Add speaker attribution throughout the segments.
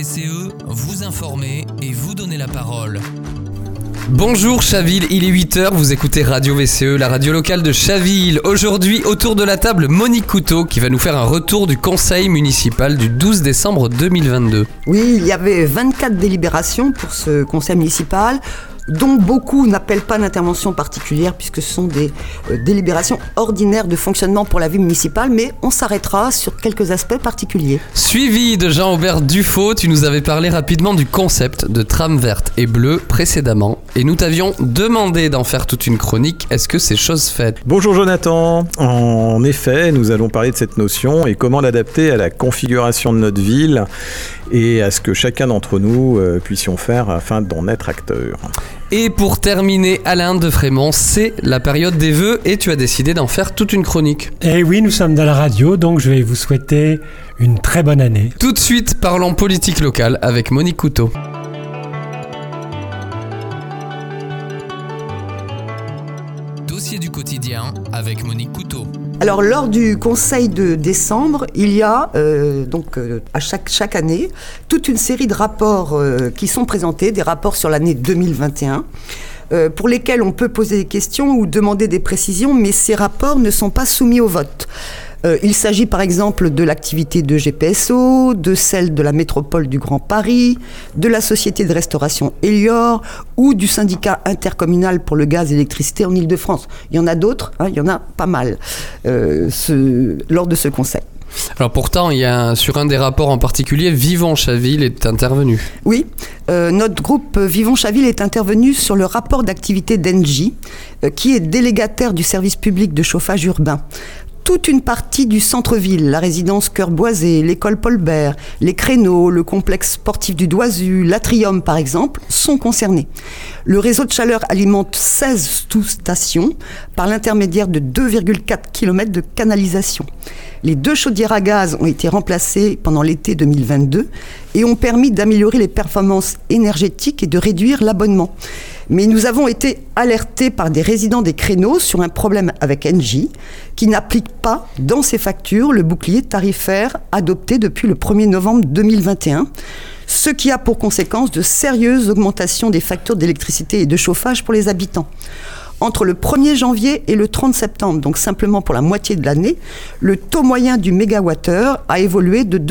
Speaker 1: VCE, vous informer et vous donner la parole.
Speaker 2: Bonjour Chaville, il est 8h, vous écoutez Radio VCE, la radio locale de Chaville. Aujourd'hui, autour de la table, Monique Couteau qui va nous faire un retour du conseil municipal du 12 décembre 2022.
Speaker 3: Oui, il y avait 24 délibérations pour ce conseil municipal, dont beaucoup n'appellent pas d'intervention particulière puisque ce sont des délibérations ordinaires de fonctionnement pour la vie municipale, mais on s'arrêtera sur quelques aspects particuliers.
Speaker 2: Suivi de Jean-Aubert Dufaux, tu nous avais parlé rapidement du concept de trame verte et bleue précédemment et nous t'avions demandé d'en faire toute une chronique. Est-ce que c'est chose faite ?
Speaker 4: Bonjour Jonathan, en effet nous allons parler de cette notion et comment l'adapter à la configuration de notre ville et à ce que chacun d'entre nous puissions faire afin d'en être acteur.
Speaker 2: Et pour terminer, Alain de Frémont, c'est la période des vœux et tu as décidé d'en faire toute une chronique.
Speaker 5: Et oui, nous sommes dans la radio, donc je vais vous souhaiter une très bonne année.
Speaker 2: Tout de suite, parlons politique locale avec Monique Couteau.
Speaker 1: Dossier du quotidien avec Monique Couteau.
Speaker 3: Alors, lors du conseil de décembre, il y a à chaque année toute une série de rapports qui sont présentés, des rapports sur l'année 2021, pour lesquels on peut poser des questions ou demander des précisions, mais ces rapports ne sont pas soumis au vote. Il s'agit par exemple de l'activité de GPSO, de celle de la métropole du Grand Paris, de la société de restauration Elior ou du syndicat intercommunal pour le gaz et l'électricité en Ile-de-France. Il y en a d'autres, il y en a pas mal lors de ce conseil.
Speaker 2: Alors pourtant, sur un des rapports en particulier, Vivons Chaville est intervenu.
Speaker 3: Oui, notre groupe Vivons Chaville est intervenu sur le rapport d'activité d'Engie, qui est délégataire du service public de chauffage urbain. Toute une partie du centre-ville, la résidence Cœur-Boisé, l'école Paul-Bert, les créneaux, le complexe sportif du Doisu, l'Atrium par exemple, sont concernés. Le réseau de chaleur alimente 16 sous-stations par l'intermédiaire de 2,4 km de canalisation. Les 2 chaudières à gaz ont été remplacées pendant l'été 2022 et ont permis d'améliorer les performances énergétiques et de réduire l'abonnement. Mais nous avons été alertés par des résidents des créneaux sur un problème avec Engie qui n'applique pas dans ses factures le bouclier tarifaire adopté depuis le 1er novembre 2021, ce qui a pour conséquence de sérieuses augmentations des factures d'électricité et de chauffage pour les habitants. Entre le 1er janvier et le 30 septembre, donc simplement pour la moitié de l'année, le taux moyen du mégawattheure a évolué de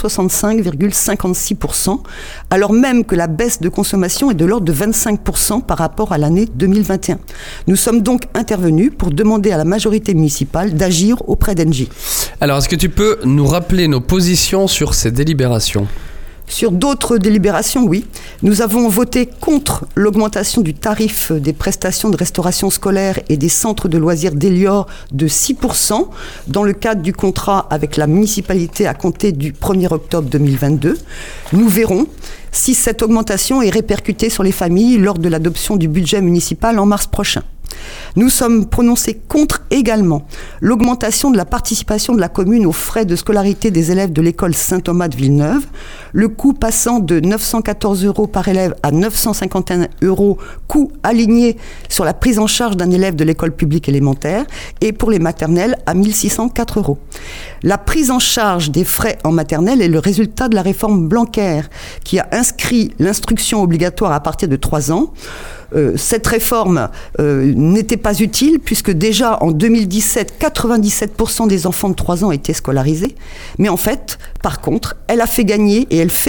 Speaker 3: 265,56%, alors même que la baisse de consommation est de l'ordre de 25% par rapport à l'année 2021. Nous sommes donc intervenus pour demander à la majorité municipale d'agir auprès d'Engie.
Speaker 2: Alors, est-ce que tu peux nous rappeler nos positions sur ces délibérations ?
Speaker 3: Sur d'autres délibérations, oui. Nous avons voté contre l'augmentation du tarif des prestations de restauration scolaire et des centres de loisirs d'Elior de 6% dans le cadre du contrat avec la municipalité à compter du 1er octobre 2022. Nous verrons si cette augmentation est répercutée sur les familles lors de l'adoption du budget municipal en mars prochain. Nous sommes prononcés contre également l'augmentation de la participation de la commune aux frais de scolarité des élèves de l'école Saint-Thomas de Villeneuve, le coût passant de 914 € par élève à 951 €, coût aligné sur la prise en charge d'un élève de l'école publique élémentaire, et pour les maternelles à 1604 €. La prise en charge des frais en maternelle est le résultat de la réforme Blanquer, qui a inscrit l'instruction obligatoire à partir de 3 ans. Cette réforme n'était pas utile puisque déjà en 2017, 97% des enfants de 3 ans étaient scolarisés. Mais en fait, par contre, elle fait gagner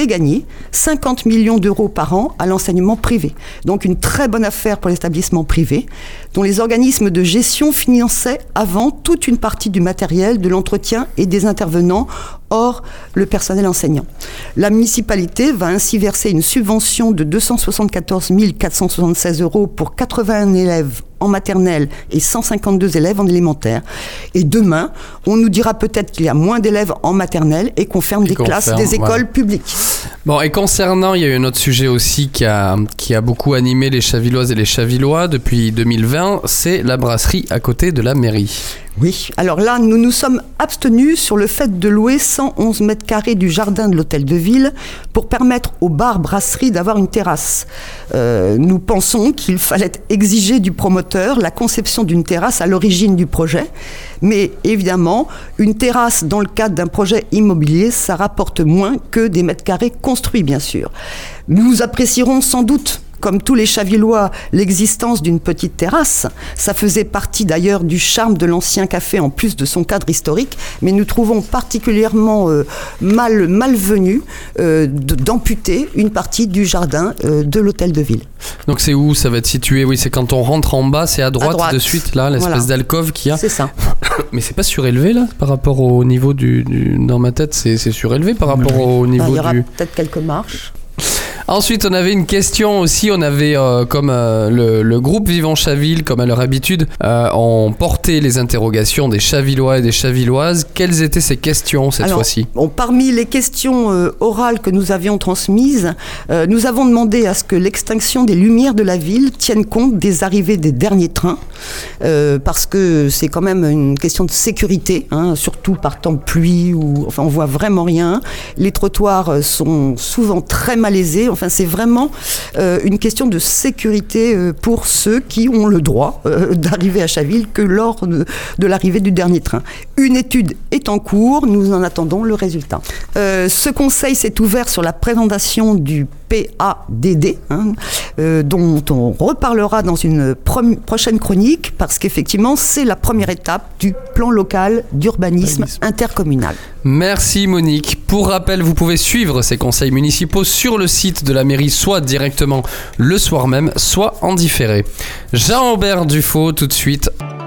Speaker 3: 50 millions d'euros par an à l'enseignement privé. Donc une très bonne affaire pour les établissements privés dont les organismes de gestion finançaient avant toute une partie du matériel, de l'entretien et des intervenants, hors le personnel enseignant. La municipalité va ainsi verser une subvention de 274 476 € pour 81 élèves en maternelle et 152 élèves en élémentaire. Et demain, on nous dira peut-être qu'il y a moins d'élèves en maternelle et qu'on ferme des classes des écoles publiques.
Speaker 2: Bon, et concernant, il y a eu un autre sujet aussi qui a beaucoup animé les Chavilloises et les Chavillois depuis 2020, c'est la brasserie à côté de la mairie.
Speaker 3: Oui, alors là, nous nous sommes abstenus sur le fait de louer 111 mètres carrés du jardin de l'hôtel de ville pour permettre aux bars-brasseries d'avoir une terrasse. Nous pensons qu'il fallait exiger du promoteur la conception d'une terrasse à l'origine du projet. Mais évidemment, une terrasse dans le cadre d'un projet immobilier, ça rapporte moins que des mètres carrés construits, bien sûr. Nous apprécierons sans doute, comme tous les Chavillois, l'existence d'une petite terrasse. Ça faisait partie d'ailleurs du charme de l'ancien café, en plus de son cadre historique, mais nous trouvons particulièrement malvenu d'amputer une partie du jardin de l'hôtel de ville.
Speaker 2: Donc c'est où ça va être situé? Oui, c'est quand on rentre en bas, c'est à droite de suite, là, l'espèce d'alcôve qu'il y a.
Speaker 3: C'est ça.
Speaker 2: Mais c'est pas surélevé, là, par rapport au niveau dans ma tête, c'est surélevé par rapport au niveau
Speaker 3: il y aura peut-être quelques marches.
Speaker 2: Ensuite, on avait une question aussi. On avait, comme le groupe Vivons Chaville, comme à leur habitude, ont porté les interrogations des Chavillois et des Chavilloises. Quelles étaient ces questions cette fois-ci?
Speaker 3: Parmi les questions orales que nous avions transmises, nous avons demandé à ce que l'extinction des lumières de la ville tienne compte des arrivées des derniers trains, parce que c'est quand même une question de sécurité, surtout par temps de pluie, où on voit vraiment rien. Les trottoirs sont souvent très malaisés. Enfin, c'est vraiment une question de sécurité pour ceux qui ont le droit d'arriver à Chaville que lors de l'arrivée du dernier train. Une étude est en cours, nous en attendons le résultat. Ce conseil s'est ouvert sur la présentation du PADD, dont on reparlera dans une prochaine chronique, parce qu'effectivement, c'est la première étape du plan local d'urbanisme intercommunal.
Speaker 2: Merci Monique. Pour rappel, vous pouvez suivre ces conseils municipaux sur le site de la mairie, soit directement le soir même, soit en différé. Jean-Aubert Dufaux, tout de suite.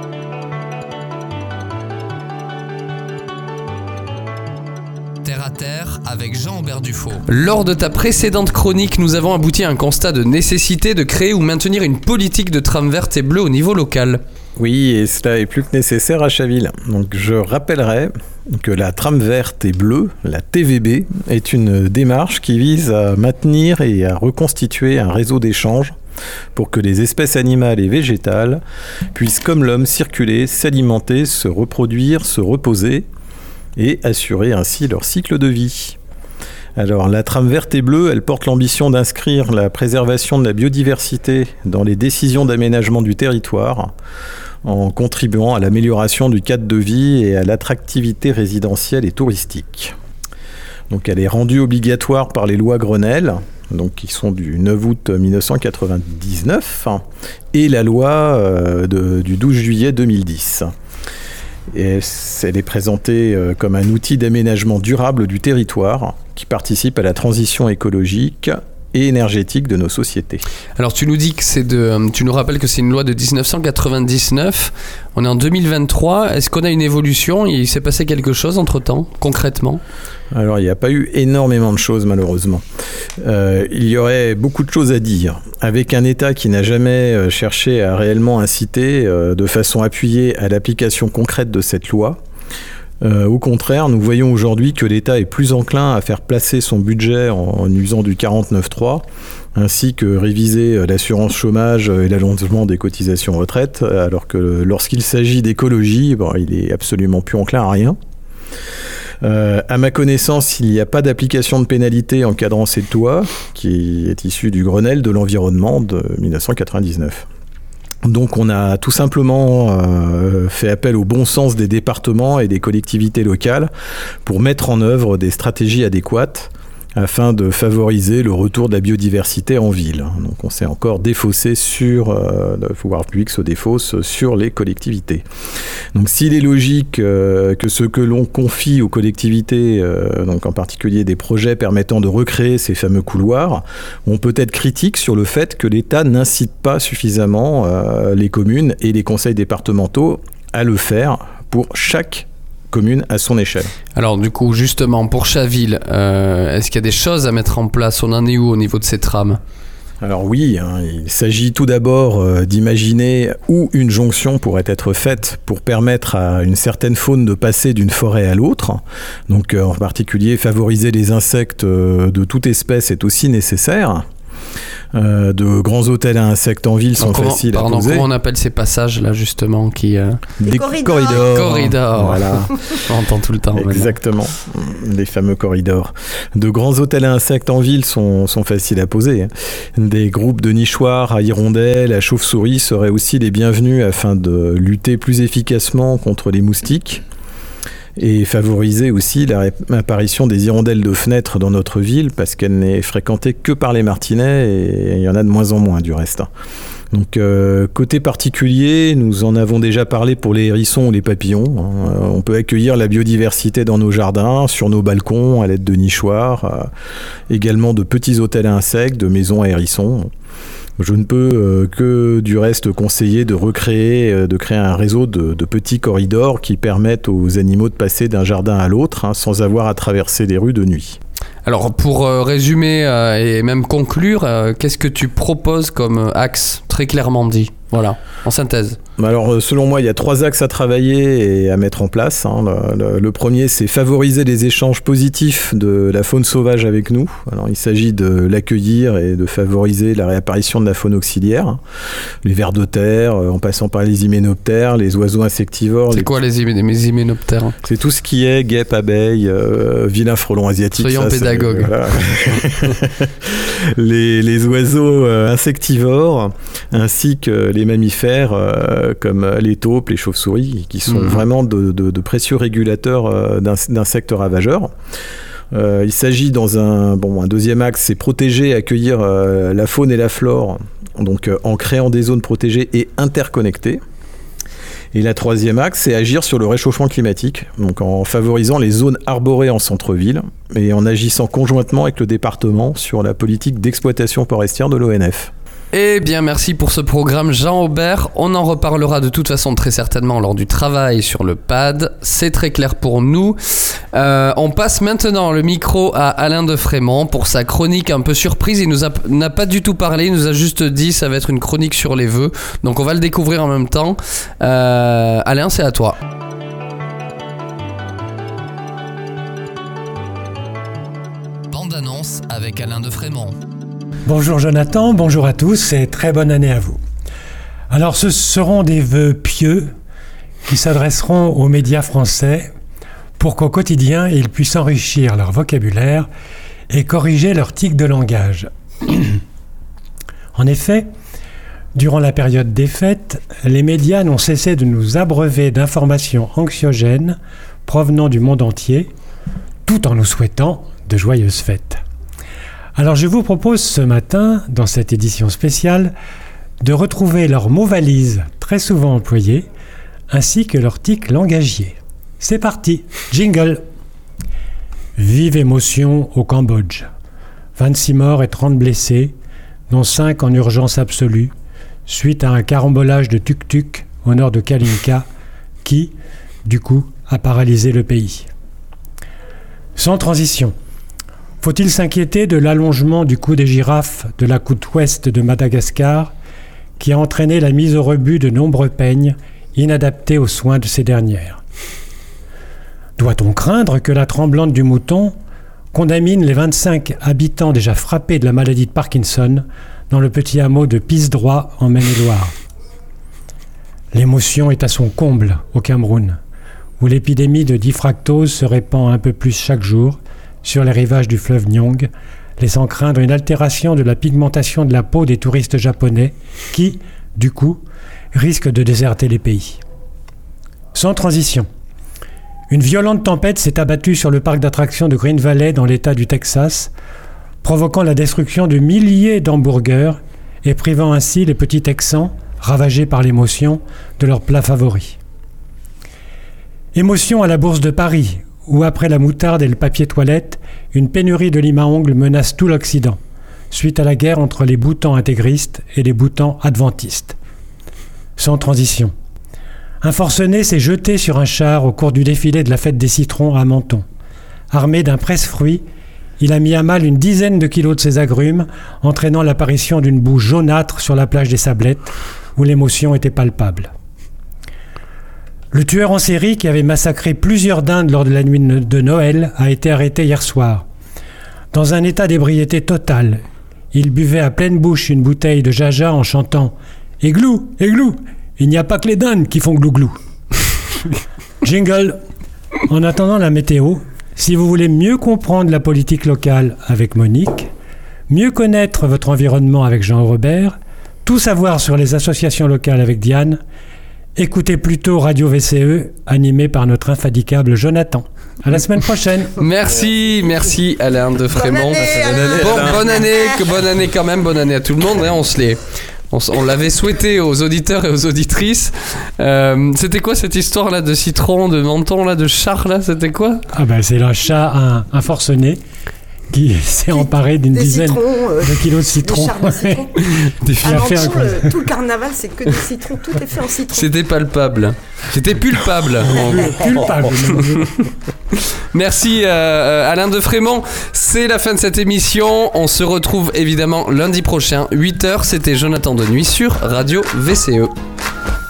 Speaker 1: Terre à terre avec Jean-Aubert Dufaux.
Speaker 2: Lors de ta précédente chronique, nous avons abouti à un constat de nécessité de créer ou maintenir une politique de trame verte et bleue au niveau local.
Speaker 4: Oui, et cela est plus que nécessaire à Chaville. Donc je rappellerai que la trame verte et bleue, la TVB, est une démarche qui vise à maintenir et à reconstituer un réseau d'échanges pour que les espèces animales et végétales puissent, comme l'homme, circuler, s'alimenter, se reproduire, se reposer et assurer ainsi leur cycle de vie. Alors, la trame verte et bleue, elle porte l'ambition d'inscrire la préservation de la biodiversité dans les décisions d'aménagement du territoire, en contribuant à l'amélioration du cadre de vie et à l'attractivité résidentielle et touristique. Donc, elle est rendue obligatoire par les lois Grenelle, donc qui sont du 9 août 1999, et la loi du 12 juillet 2010. Et elle est présentée comme un outil d'aménagement durable du territoire qui participe à la transition écologique et énergétique de nos sociétés.
Speaker 2: Alors tu nous dis que tu nous rappelles que c'est une loi de 1999. On est en 2023. Est-ce qu'on a une évolution? Il s'est passé quelque chose entre-temps, concrètement?
Speaker 4: Alors il n'y a pas eu énormément de choses malheureusement. Il y aurait beaucoup de choses à dire. Avec un État qui n'a jamais cherché à réellement inciter de façon appuyée à l'application concrète de cette loi, au contraire, nous voyons aujourd'hui que l'État est plus enclin à faire placer son budget en usant du 49.3, ainsi que réviser l'assurance chômage et l'allongement des cotisations retraite, alors que lorsqu'il s'agit d'écologie, il est absolument plus enclin à rien. À ma connaissance, il n'y a pas d'application de pénalité encadrant cette loi, qui est issue du Grenelle de l'environnement de 1999. Donc on a tout simplement fait appel au bon sens des départements et des collectivités locales pour mettre en œuvre des stratégies adéquates afin de favoriser le retour de la biodiversité en ville. Donc on s'est encore défaussé le pouvoir public se défausse sur les collectivités. Donc s'il est logique que ce que l'on confie aux collectivités, donc en particulier des projets permettant de recréer ces fameux couloirs, on peut être critique sur le fait que l'État n'incite pas suffisamment les communes et les conseils départementaux à le faire pour chaque commune à son échelle.
Speaker 2: Alors du coup, justement, pour Chaville, est-ce qu'il y a des choses à mettre en place? On en est où au niveau de ces trames?
Speaker 4: Alors oui, il s'agit tout d'abord d'imaginer où une jonction pourrait être faite pour permettre à une certaine faune de passer d'une forêt à l'autre. Donc en particulier, favoriser les insectes de toute espèce est aussi nécessaire. De grands hôtels à insectes en ville sont faciles à poser.
Speaker 2: Comment on appelle ces passages là justement qui
Speaker 4: Des corridors.
Speaker 2: Voilà. On entend tout le temps.
Speaker 4: Exactement. Les fameux corridors. De grands hôtels à insectes en ville sont faciles à poser. Des groupes de nichoirs à hirondelles, à chauves-souris seraient aussi les bienvenus afin de lutter plus efficacement contre les moustiques et favoriser aussi l'apparition des hirondelles de fenêtres dans notre ville parce qu'elle n'est fréquentée que par les martinets et il y en a de moins en moins du reste. Donc côté particulier, nous en avons déjà parlé pour les hérissons ou les papillons. On peut accueillir la biodiversité dans nos jardins, sur nos balcons, à l'aide de nichoirs, également de petits hôtels à insectes, de maisons à hérissons. Je ne peux que du reste conseiller de créer un réseau de petits corridors qui permettent aux animaux de passer d'un jardin à l'autre sans avoir à traverser les rues de nuit.
Speaker 2: Alors pour résumer et même conclure, qu'est-ce que tu proposes comme axe très clairement dit ? Voilà, en synthèse.
Speaker 4: Alors selon moi, il y a 3 axes à travailler et à mettre en place. Le premier, c'est favoriser les échanges positifs de la faune sauvage avec nous. Alors il s'agit de l'accueillir et de favoriser la réapparition de la faune auxiliaire. Les vers de terre, en passant par les hyménoptères, les oiseaux insectivores.
Speaker 2: C'est quoi les hyménoptères ?
Speaker 4: C'est tout ce qui est guêpes, abeilles, vilains frelons asiatiques.
Speaker 2: Soyons pédagogues.
Speaker 4: Voilà. les oiseaux insectivores ainsi que les mammifères comme les taupes, les chauves-souris, qui sont vraiment de précieux régulateurs d'insectes ravageurs. Il s'agit dans un deuxième axe, c'est protéger et accueillir la faune et la flore, donc en créant des zones protégées et interconnectées. Et la troisième axe, c'est agir sur le réchauffement climatique, donc en favorisant les zones arborées en centre-ville et en agissant conjointement avec le département sur la politique d'exploitation forestière de l'ONF.
Speaker 2: Eh bien, merci pour ce programme, Jean-Aubert. On en reparlera de toute façon très certainement lors du travail sur le pad. C'est très clair pour nous. On passe maintenant le micro à Alain de Frémont pour sa chronique un peu surprise. Il n'a pas du tout parlé, il nous a juste dit ça va être une chronique sur les vœux. Donc on va le découvrir en même temps. Alain, c'est à toi.
Speaker 1: Bande-annonce avec Alain de Frémont.
Speaker 5: Bonjour Jonathan, bonjour à tous et très bonne année à vous. Alors ce seront des vœux pieux qui s'adresseront aux médias français pour qu'au quotidien ils puissent enrichir leur vocabulaire et corriger leurs tics de langage. En effet, durant la période des fêtes, les médias n'ont cessé de nous abreuver d'informations anxiogènes provenant du monde entier, tout en nous souhaitant de joyeuses fêtes. Alors je vous propose ce matin, dans cette édition spéciale, de retrouver leurs mots valises très souvent employés, ainsi que leurs tics langagiers. C'est parti, jingle. Vive émotion au Cambodge. 26 morts et 30 blessés, dont 5 en urgence absolue, suite à un carambolage de tuk-tuk au nord de Kalinka, qui, du coup, a paralysé le pays. Sans transition. Faut-il s'inquiéter de l'allongement du cou des girafes de la côte ouest de Madagascar, qui a entraîné la mise au rebut de nombreux peignes inadaptés aux soins de ces dernières ? Doit-on craindre que la tremblante du mouton contamine les 25 habitants déjà frappés de la maladie de Parkinson dans le petit hameau de Pisse-Droit en Maine-et-Loire ? L'émotion est à son comble au Cameroun, où l'épidémie de diffractose se répand un peu plus chaque jour sur les rivages du fleuve Nyong, laissant craindre une altération de la pigmentation de la peau des touristes japonais qui, du coup, risquent de déserter les pays. Sans transition. Une violente tempête s'est abattue sur le parc d'attractions de Green Valley dans l'État du Texas, provoquant la destruction de milliers d'hamburgers et privant ainsi les petits Texans, ravagés par l'émotion, de leur plat favori. Émotion à la Bourse de Paris, où après la moutarde et le papier toilette, une pénurie de lime à ongles menace tout l'Occident, suite à la guerre entre les boutons intégristes et les boutons adventistes. Sans transition. Un forcené s'est jeté sur un char au cours du défilé de la fête des citrons à Menton. Armé d'un presse-fruits, il a mis à mal une dizaine de kilos de ses agrumes, entraînant l'apparition d'une boue jaunâtre sur la plage des Sablettes, où l'émotion était palpable. Le tueur en série qui avait massacré plusieurs dindes lors de la nuit de Noël a été arrêté hier soir. Dans un état d'ébriété totale, il buvait à pleine bouche une bouteille de jaja en chantant « Églou, églou, il n'y a pas que les dindes qui font glouglou ». Jingle. En attendant la météo, si vous voulez mieux comprendre la politique locale avec Monique, mieux connaître votre environnement avec Jean-Robert, tout savoir sur les associations locales avec Diane, écoutez plutôt Radio VCE, animé par notre infatigable Jonathan. À la semaine prochaine.
Speaker 2: Merci Alain de Frémont. Bonne année quand même, bonne année à tout le monde. On l'avait souhaité aux auditeurs et aux auditrices. C'était quoi cette histoire là de citron, de menton là, de char là? C'était quoi?
Speaker 5: C'est le chat, un forcené qui s'est emparé d'une dizaine de kilos de citron.
Speaker 3: Tout le carnaval, c'est que des citrons, tout est fait en citron.
Speaker 2: C'était palpable. C'était pulpable. Merci Alain de Frémont. C'est la fin de cette émission. On se retrouve évidemment lundi prochain, 8h. C'était Jonathan de Nuit sur Radio VCE.